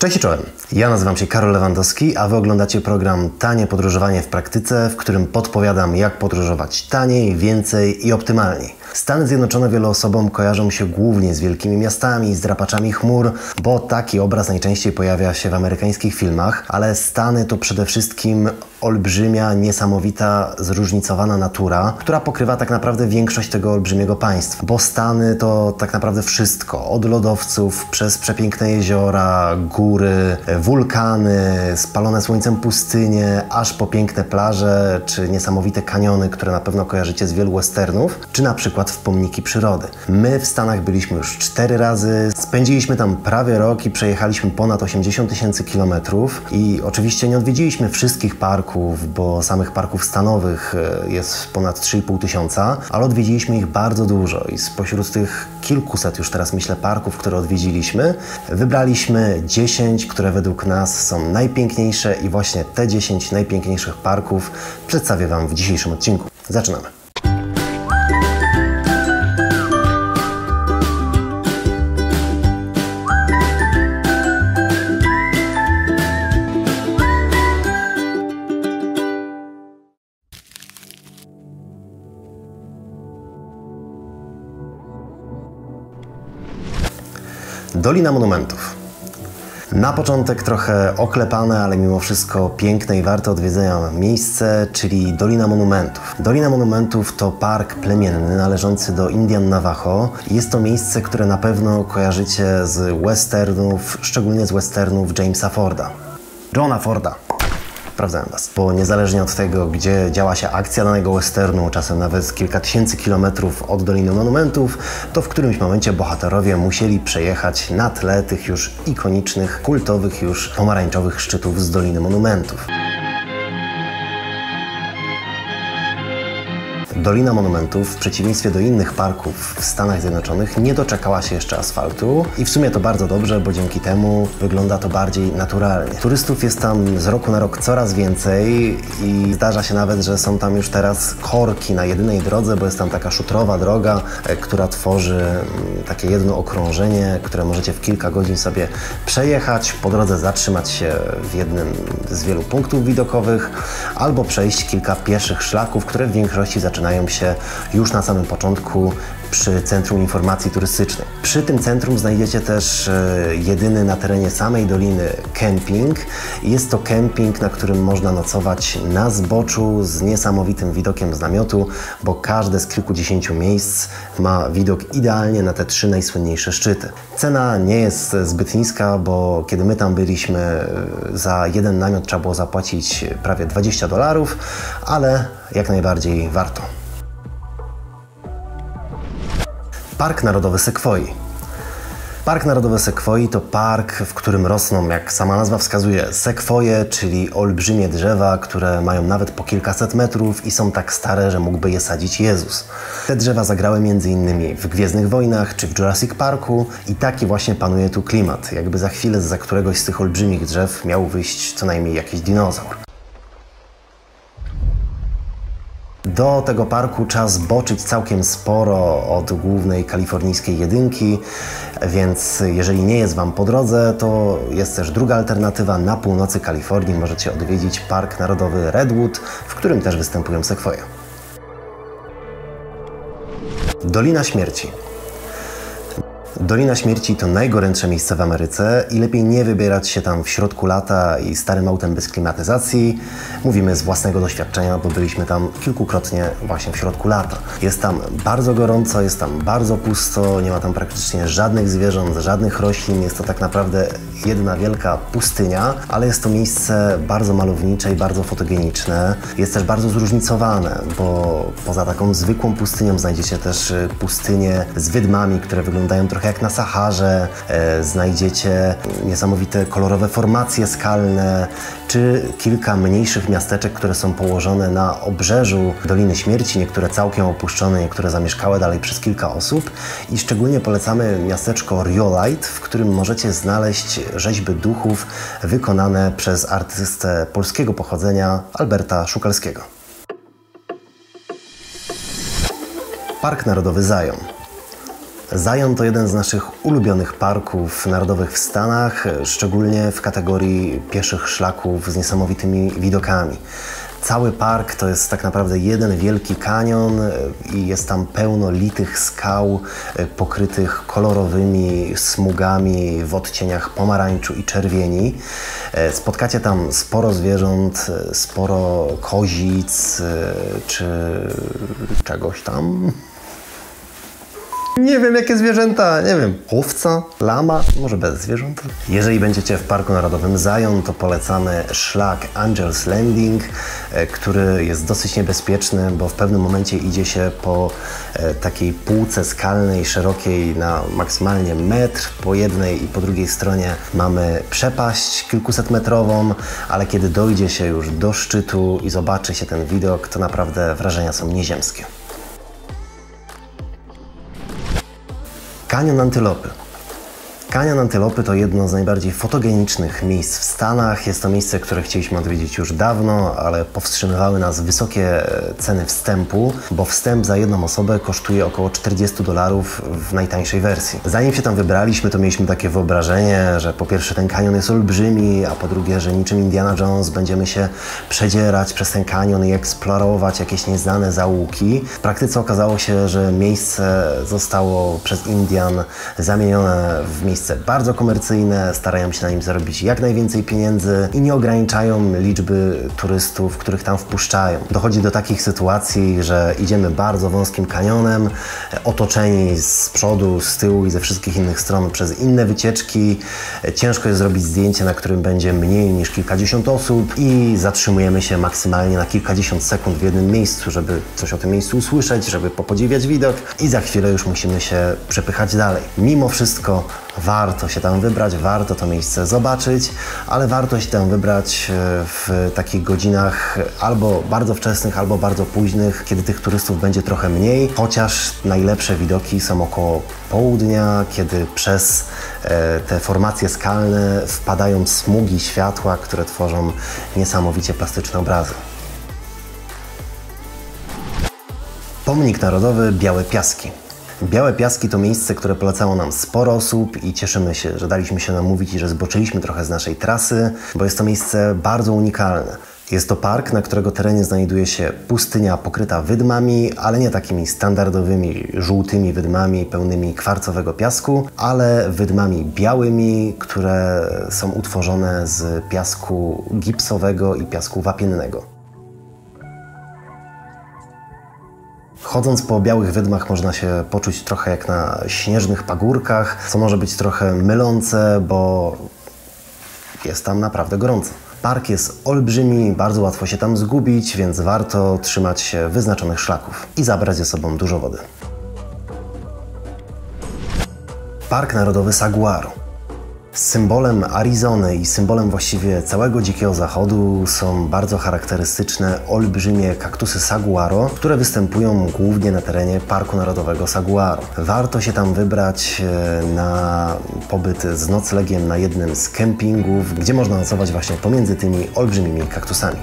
Cześć i czołem. Ja nazywam się Karol Lewandowski, a Wy oglądacie program Tanie Podróżowanie w Praktyce, w którym podpowiadam, jak podróżować taniej, więcej i optymalniej. Stany Zjednoczone wielu osobom kojarzą się głównie z wielkimi miastami, z drapaczami chmur, bo taki obraz najczęściej pojawia się w amerykańskich filmach, ale Stany to przede wszystkim olbrzymia, niesamowita, zróżnicowana natura, która pokrywa tak naprawdę większość tego olbrzymiego państwa. Bo Stany to tak naprawdę wszystko, od lodowców, przez przepiękne jeziora, góry, wulkany, spalone słońcem pustynie, aż po piękne plaże, czy niesamowite kaniony, które na pewno kojarzycie z wielu westernów, czy na przykład w pomniki przyrody. My w Stanach byliśmy już 4 razy, spędziliśmy tam prawie rok i przejechaliśmy ponad 80 000 kilometrów i oczywiście nie odwiedziliśmy wszystkich parków, bo samych parków stanowych jest ponad 3,5 tysiąca, ale odwiedziliśmy ich bardzo dużo i spośród tych kilkuset już teraz myślę parków, które odwiedziliśmy, wybraliśmy 10, które według nas są najpiękniejsze i właśnie te 10 najpiękniejszych parków przedstawię Wam w dzisiejszym odcinku. Zaczynamy! Dolina Monumentów. Na początek trochę oklepane, ale mimo wszystko piękne i warte odwiedzenia miejsce, czyli Dolina Monumentów. Dolina Monumentów to park plemienny należący do Indian Navajo. Jest to miejsce, które na pewno kojarzycie z westernów, szczególnie z westernów Jamesa Forda. Johna Forda. Sprawdzałem Was, bo niezależnie od tego, gdzie działa się akcja danego westernu, czasem nawet kilka tysięcy kilometrów od Doliny Monumentów, to w którymś momencie bohaterowie musieli przejechać na tle tych już ikonicznych, kultowych już pomarańczowych szczytów z Doliny Monumentów. Dolina Monumentów, w przeciwieństwie do innych parków w Stanach Zjednoczonych, nie doczekała się jeszcze asfaltu i w sumie to bardzo dobrze, bo dzięki temu wygląda to bardziej naturalnie. Turystów jest tam z roku na rok coraz więcej i zdarza się nawet, że są tam już teraz korki na jedynej drodze, bo jest tam taka szutrowa droga, która tworzy takie jedno okrążenie, które możecie w kilka godzin sobie przejechać, po drodze zatrzymać się w jednym z wielu punktów widokowych albo przejść kilka pieszych szlaków, które w większości zaczynają się już na samym początku przy Centrum Informacji Turystycznej. Przy tym centrum znajdziecie też jedyny na terenie samej doliny kemping. Jest to kemping, na którym można nocować na zboczu z niesamowitym widokiem z namiotu, bo każde z kilkudziesięciu miejsc ma widok idealnie na te 3 najsłynniejsze szczyty. Cena nie jest zbyt niska, bo kiedy my tam byliśmy, za jeden namiot trzeba było zapłacić prawie $20, ale jak najbardziej warto. Park Narodowy Sekwoi. Park Narodowy Sekwoi to park, w którym rosną, jak sama nazwa wskazuje, sekwoje, czyli olbrzymie drzewa, które mają nawet po kilkaset metrów i są tak stare, że mógłby je sadzić Jezus. Te drzewa zagrały m.in. w Gwiezdnych Wojnach czy w Jurassic Parku i taki właśnie panuje tu klimat, jakby za chwilę zza któregoś z tych olbrzymich drzew miał wyjść co najmniej jakiś dinozaur. Do tego parku trzeba zboczyć całkiem sporo od głównej kalifornijskiej jedynki, więc jeżeli nie jest Wam po drodze, to jest też druga alternatywa. Na północy Kalifornii możecie odwiedzić Park Narodowy Redwood, w którym też występują sekwoje. Dolina Śmierci. Dolina Śmierci to najgorętsze miejsce w Ameryce i lepiej nie wybierać się tam w środku lata i starym autem bez klimatyzacji. Mówimy z własnego doświadczenia, bo byliśmy tam kilkukrotnie właśnie w środku lata. Jest tam bardzo gorąco, jest tam bardzo pusto, nie ma tam praktycznie żadnych zwierząt, żadnych roślin. Jest to tak naprawdę jedna wielka pustynia, ale jest to miejsce bardzo malownicze i bardzo fotogeniczne. Jest też bardzo zróżnicowane, bo poza taką zwykłą pustynią znajdziecie też pustynie z wydmami, które wyglądają trochę jak na Saharze. Znajdziecie niesamowite kolorowe formacje skalne, czy kilka mniejszych miasteczek, które są położone na obrzeżu Doliny Śmierci, niektóre całkiem opuszczone, niektóre zamieszkałe dalej przez kilka osób. I szczególnie polecamy miasteczko Rhyolite, w którym możecie znaleźć rzeźby duchów wykonane przez artystę polskiego pochodzenia Alberta Szukalskiego. Park Narodowy Zion. Zion to jeden z naszych ulubionych parków narodowych w Stanach, szczególnie w kategorii pieszych szlaków z niesamowitymi widokami. Cały park to jest tak naprawdę jeden wielki kanion i jest tam pełno litych skał pokrytych kolorowymi smugami w odcieniach pomarańczu i czerwieni. Spotkacie tam sporo zwierząt, sporo kozic czy czegoś tam. Nie wiem, jakie zwierzęta, nie wiem, owca, lama, może bez zwierząt. Jeżeli będziecie w Parku Narodowym Zion, to polecamy szlak Angel's Landing, który jest dosyć niebezpieczny, bo w pewnym momencie idzie się po takiej półce skalnej, szerokiej na maksymalnie metr. Po jednej i po drugiej stronie mamy przepaść kilkusetmetrową, ale kiedy dojdzie się już do szczytu i zobaczy się ten widok, to naprawdę wrażenia są nieziemskie. Kanion Antylopy. Kanion Antylopy to jedno z najbardziej fotogenicznych miejsc w Stanach. Jest to miejsce, które chcieliśmy odwiedzić już dawno, ale powstrzymywały nas wysokie ceny wstępu, bo wstęp za jedną osobę kosztuje około $40 w najtańszej wersji. Zanim się tam wybraliśmy, to mieliśmy takie wyobrażenie, że po pierwsze ten kanion jest olbrzymi, a po drugie, że niczym Indiana Jones będziemy się przedzierać przez ten kanion i eksplorować jakieś nieznane zaułki. W praktyce okazało się, że miejsce zostało przez Indian zamienione w miejsce bardzo komercyjne, starają się na nim zarobić jak najwięcej pieniędzy i nie ograniczają liczby turystów, których tam wpuszczają. Dochodzi do takich sytuacji, że idziemy bardzo wąskim kanionem, otoczeni z przodu, z tyłu i ze wszystkich innych stron przez inne wycieczki. Ciężko jest zrobić zdjęcie, na którym będzie mniej niż kilkadziesiąt osób i zatrzymujemy się maksymalnie na kilkadziesiąt sekund w jednym miejscu, żeby coś o tym miejscu usłyszeć, żeby popodziwiać widok i za chwilę już musimy się przepychać dalej. Mimo wszystko warto się tam wybrać, warto to miejsce zobaczyć, ale warto się tam wybrać w takich godzinach albo bardzo wczesnych, albo bardzo późnych, kiedy tych turystów będzie trochę mniej, chociaż najlepsze widoki są około południa, kiedy przez te formacje skalne wpadają smugi światła, które tworzą niesamowicie plastyczne obrazy. Pomnik Narodowy Białe Piaski. Białe Piaski to miejsce, które polecało nam sporo osób i cieszymy się, że daliśmy się namówić i że zboczyliśmy trochę z naszej trasy, bo jest to miejsce bardzo unikalne. Jest to park, na którego terenie znajduje się pustynia pokryta wydmami, ale nie takimi standardowymi, żółtymi wydmami pełnymi kwarcowego piasku, ale wydmami białymi, które są utworzone z piasku gipsowego i piasku wapiennego. Chodząc po białych wydmach można się poczuć trochę jak na śnieżnych pagórkach, co może być trochę mylące, bo jest tam naprawdę gorąco. Park jest olbrzymi, bardzo łatwo się tam zgubić, więc warto trzymać się wyznaczonych szlaków i zabrać ze sobą dużo wody. Park Narodowy Saguaro. Symbolem Arizony i symbolem właściwie całego Dzikiego Zachodu są bardzo charakterystyczne olbrzymie kaktusy saguaro, które występują głównie na terenie Parku Narodowego Saguaro. Warto się tam wybrać na pobyt z noclegiem na jednym z kempingów, gdzie można nocować właśnie pomiędzy tymi olbrzymimi kaktusami.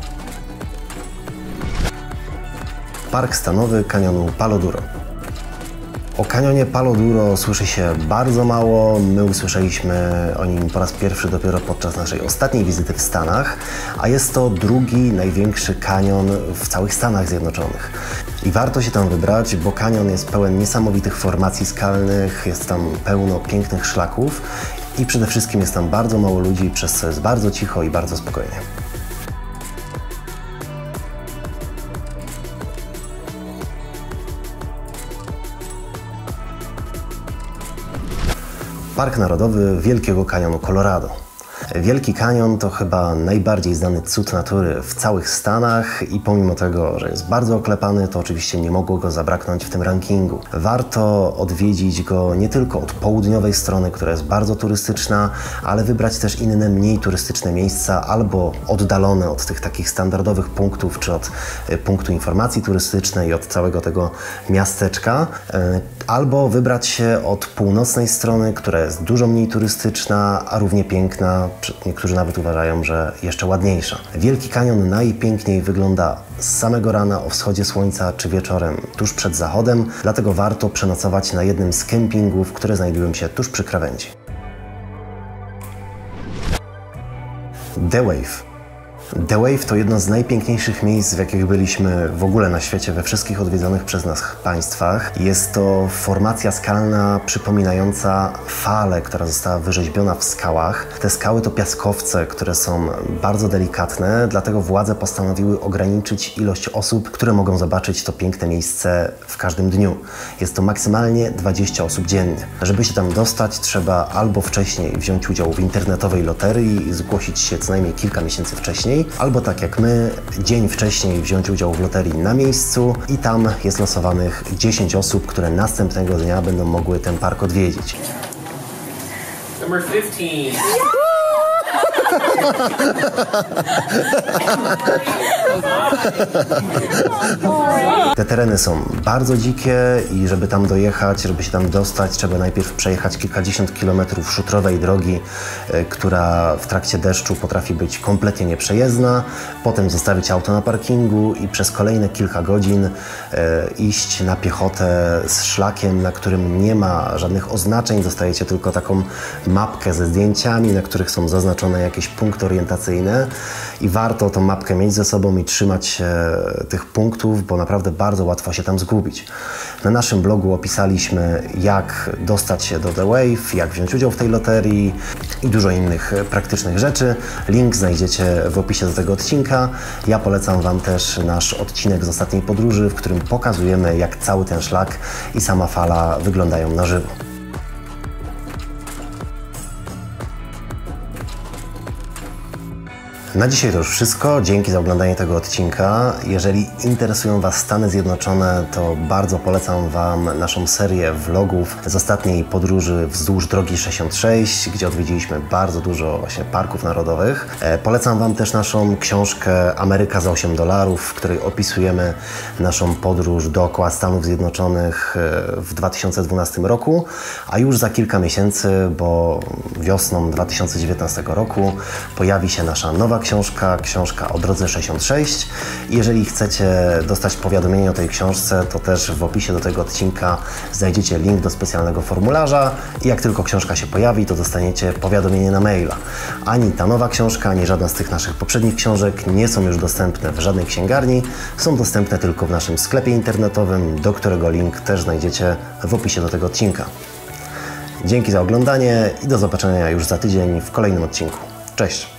Park Stanowy Kanionu Palo Duro. O kanionie Palo Duro słyszy się bardzo mało. My usłyszeliśmy o nim po raz pierwszy dopiero podczas naszej ostatniej wizyty w Stanach, a jest to drugi największy kanion w całych Stanach Zjednoczonych. I warto się tam wybrać, bo kanion jest pełen niesamowitych formacji skalnych, jest tam pełno pięknych szlaków i przede wszystkim jest tam bardzo mało ludzi, przez co jest bardzo cicho i bardzo spokojnie. Park Narodowy Wielkiego Kanionu Colorado. Wielki Kanion to chyba najbardziej znany cud natury w całych Stanach i pomimo tego, że jest bardzo oklepany, to oczywiście nie mogło go zabraknąć w tym rankingu. Warto odwiedzić go nie tylko od południowej strony, która jest bardzo turystyczna, ale wybrać też inne, mniej turystyczne miejsca albo oddalone od tych takich standardowych punktów, czy od punktu informacji turystycznej i od całego tego miasteczka, albo wybrać się od północnej strony, która jest dużo mniej turystyczna, a równie piękna, niektórzy nawet uważają, że jeszcze ładniejsza. Wielki Kanion najpiękniej wygląda z samego rana o wschodzie słońca czy wieczorem tuż przed zachodem, dlatego warto przenocować na jednym z kempingów, które znajdują się tuż przy krawędzi. The Wave. The Wave to jedno z najpiękniejszych miejsc, w jakich byliśmy w ogóle na świecie, we wszystkich odwiedzonych przez nas państwach. Jest to formacja skalna przypominająca falę, która została wyrzeźbiona w skałach. Te skały to piaskowce, które są bardzo delikatne, dlatego władze postanowiły ograniczyć ilość osób, które mogą zobaczyć to piękne miejsce w każdym dniu. Jest to maksymalnie 20 osób dziennie. Żeby się tam dostać, trzeba albo wcześniej wziąć udział w internetowej loterii i zgłosić się co najmniej kilka miesięcy wcześniej, albo tak jak my, dzień wcześniej wziąć udział w loterii na miejscu i tam jest losowanych 10 osób, które następnego dnia będą mogły ten park odwiedzić. Number 15. Te tereny są bardzo dzikie i żeby tam dojechać, żeby się tam dostać, trzeba najpierw przejechać kilkadziesiąt kilometrów szutrowej drogi, która w trakcie deszczu potrafi być kompletnie nieprzejezdna, potem zostawić auto na parkingu i przez kolejne kilka godzin iść na piechotę z szlakiem, na którym nie ma żadnych oznaczeń, dostajecie tylko taką mapkę ze zdjęciami, na których są zaznaczone jakieś punkty orientacyjne i warto tą mapkę mieć ze sobą i trzymać się tych punktów, bo naprawdę bardzo łatwo się tam zgubić. Na naszym blogu opisaliśmy, jak dostać się do The Wave, jak wziąć udział w tej loterii i dużo innych praktycznych rzeczy. Link znajdziecie w opisie do tego odcinka. Ja polecam Wam też nasz odcinek z ostatniej podróży, w którym pokazujemy, jak cały ten szlak i sama fala wyglądają na żywo. Na dzisiaj to już wszystko. Dzięki za oglądanie tego odcinka. Jeżeli interesują Was Stany Zjednoczone, to bardzo polecam Wam naszą serię vlogów z ostatniej podróży wzdłuż drogi 66, gdzie odwiedziliśmy bardzo dużo właśnie parków narodowych. Polecam Wam też naszą książkę Ameryka za $8, w której opisujemy naszą podróż dookoła Stanów Zjednoczonych w 2012 roku, a już za kilka miesięcy, bo wiosną 2019 roku pojawi się nasza nowa książka o drodze 66. Jeżeli chcecie dostać powiadomienie o tej książce, to też w opisie do tego odcinka znajdziecie link do specjalnego formularza i jak tylko książka się pojawi, to dostaniecie powiadomienie na maila. Ani ta nowa książka, ani żadna z tych naszych poprzednich książek nie są już dostępne w żadnej księgarni, są dostępne tylko w naszym sklepie internetowym, do którego link też znajdziecie w opisie do tego odcinka. Dzięki za oglądanie i do zobaczenia już za tydzień w kolejnym odcinku. Cześć!